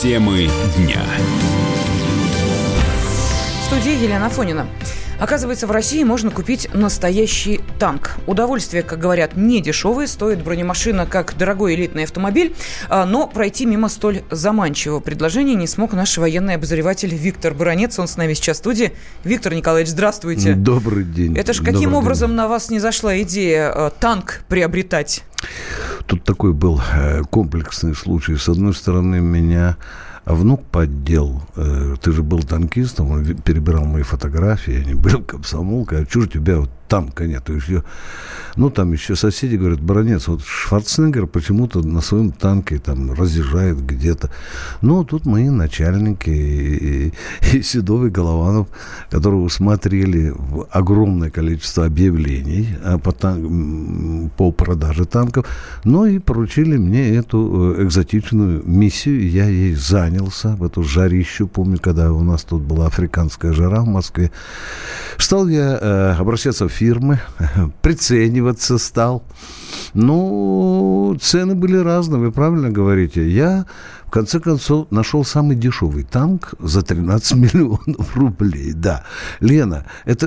Темы дня. В студии Елена Афонина. Оказывается, в России можно купить настоящий танк. Удовольствие, как говорят, не дешевое. Стоит бронемашина, как дорогой элитный автомобиль. Но пройти мимо столь заманчивого предложения не смог наш военный обозреватель Виктор Баранец. Он с нами сейчас в студии. Виктор Николаевич, здравствуйте. Добрый день. Это ж каким образом на вас не зашла идея танк приобретать? Тут такой был комплексный случай. С одной стороны, меня внук поддел. Ты же был танкистом, он перебирал мои фотографии, они были комсомолкой. А чего же у тебя вот танка нет? Ну, там еще соседи говорят: Баранец, вот Шварценеггер почему-то на своем танке там разъезжает где-то. Ну, тут мои начальники и Седов, и Голованов, которые усмотрели огромное количество объявлений по продаже танков, но и поручили мне эту экзотичную миссию. Я ей занялся в эту жарищу. Помню, когда у нас тут была африканская жара в Москве. Стал я обращаться в фирмы, прицениваться стал. Ну, цены были разные, вы правильно говорите. Я, в конце концов, нашел самый дешевый танк за 13 миллионов рублей. Да, Лена, это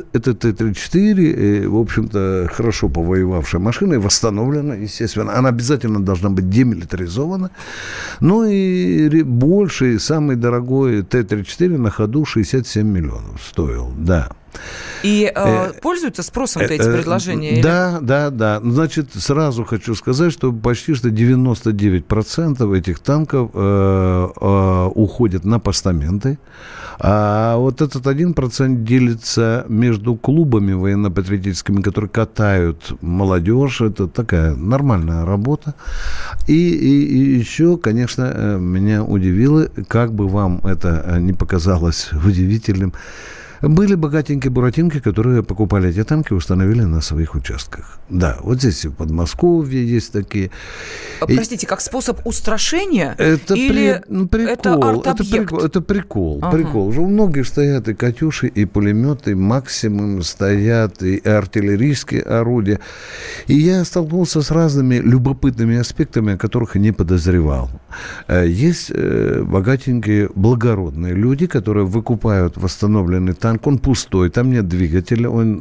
Т-34, в общем-то, хорошо повоевавшая машина и восстановлена, естественно. Она обязательно должна быть демилитаризована. Ну и больший, самый дорогой Т-34 на ходу 67 миллионов стоил, да. И пользуются спросом-то эти предложения? Да. Значит, сразу хочу сказать, что почти что 99% этих танков уходят на постаменты. А вот этот 1% делится между клубами военно-патриотическими, которые катают молодежь. Это такая нормальная работа. И еще, конечно, меня удивило, как бы вам это не показалось удивительным, были богатенькие буратинки, которые покупали эти танки и установили на своих участках. Да, вот здесь в Подмосковье есть такие. Простите, как способ устрашения? Это или прикол. Это арт-объект? Это прикол. Прикол. Уже у многих стоят и «Катюши», и пулеметы, и «Максимум» стоят, и артиллерийские орудия. И я столкнулся с разными любопытными аспектами, о которых не подозревал. Есть богатенькие, благородные люди, которые выкупают восстановленный танк. Он пустой, там нет двигателя, он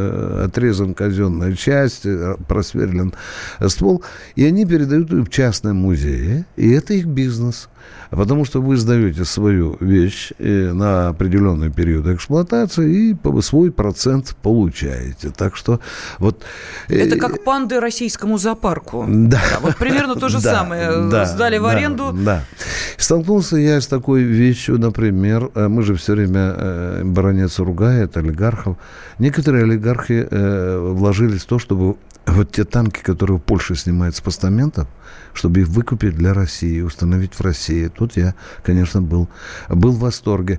отрезан казенная часть, просверлен ствол, и они передают ее в частные музеи, и это их бизнес. Потому что вы сдаете свою вещь на определенный период эксплуатации и свой процент получаете. Так что вот... Это как панды российскому зоопарку. Да. Вот примерно то же самое. Сдали в аренду. Да. Столкнулся я с такой вещью, например, мы же все время, Баранец ругает олигархов. Некоторые олигархи вложились в то, чтобы вот те танки, которые в Польше снимают с постаментов, чтобы их выкупить для России, установить в России. Тут я, конечно, был в восторге.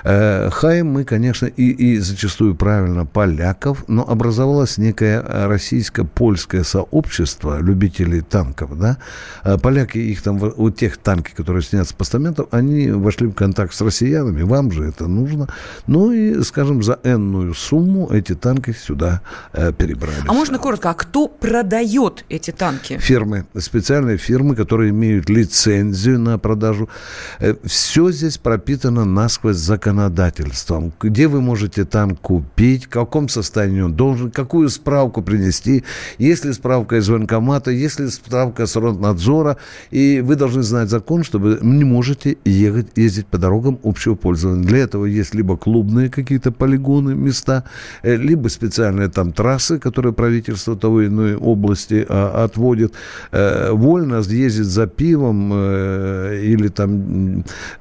Хаем мы, конечно, и зачастую правильно поляков, но образовалось некое российско-польское сообщество любителей танков, да. Поляки, их там, у тех танки, которые снят с постаментов, они вошли в контакт с россиянами, вам же это нужно. Ну и, скажем, за энную сумму эти танки сюда перебрались. А можно коротко, а кто продает эти танки? Фирмы, специальные фирмы, которые имеют лицензию на продажу. Все здесь пропитано насквозь законодательством. Где вы можете танк купить, в каком состоянии он должен, какую справку принести, есть ли справка из военкомата, есть ли справка с Роснадзора, и вы должны знать закон, что вы не можете ездить по дорогам общего пользования. Для этого есть либо клубные какие-то полигоны, места, либо специальные там трассы, которые правительство того или иной области отводит. Вольно ездить за пивом или там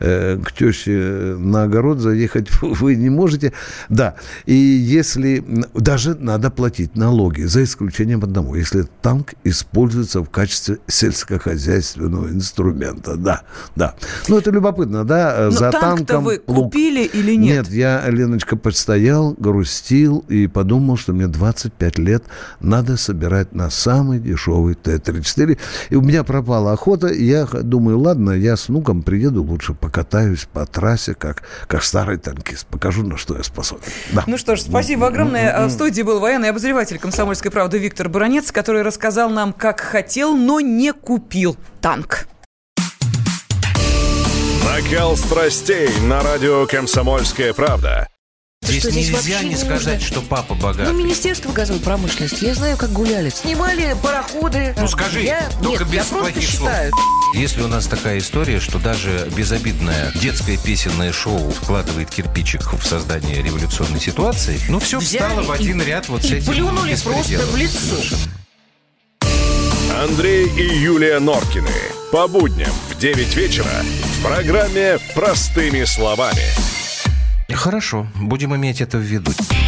к теще на огород заехать вы не можете. Да, и если... Даже надо платить налоги, за исключением одного. Если танк используется в качестве сельскохозяйственного инструмента. Да. Ну, это любопытно, да? Но за танк-то вы купили или нет? Нет, я, Леночка, постоял, грустил и подумал, что мне 25 лет надо собирать на самый дешевый Т-34. И у меня пропала охота. Я думаю, ладно, я с внуком приеду, лучше покатаюсь по трассе, как старый танкист. Покажу, на что я способен. Да. Ну что ж, спасибо огромное. В студии был военный обозреватель «Комсомольской правды» Виктор Баранец, который рассказал нам, как хотел, но не купил танк. Накал страстей на радио «Комсомольская правда». Здесь нельзя не сказать, что папа богатый. Министерство газовой промышленности, я знаю, как гуляли. Снимали пароходы. Ну скажи, только без плохих слов. Если у нас такая история, что даже безобидное детское песенное шоу вкладывает кирпичик в создание революционной ситуации, ну все встало в один ряд вот с этим плюнули просто в лицо. Андрей и Юлия Норкины. По будням в 9 вечера в программе «Простыми словами». Хорошо, будем иметь это в виду.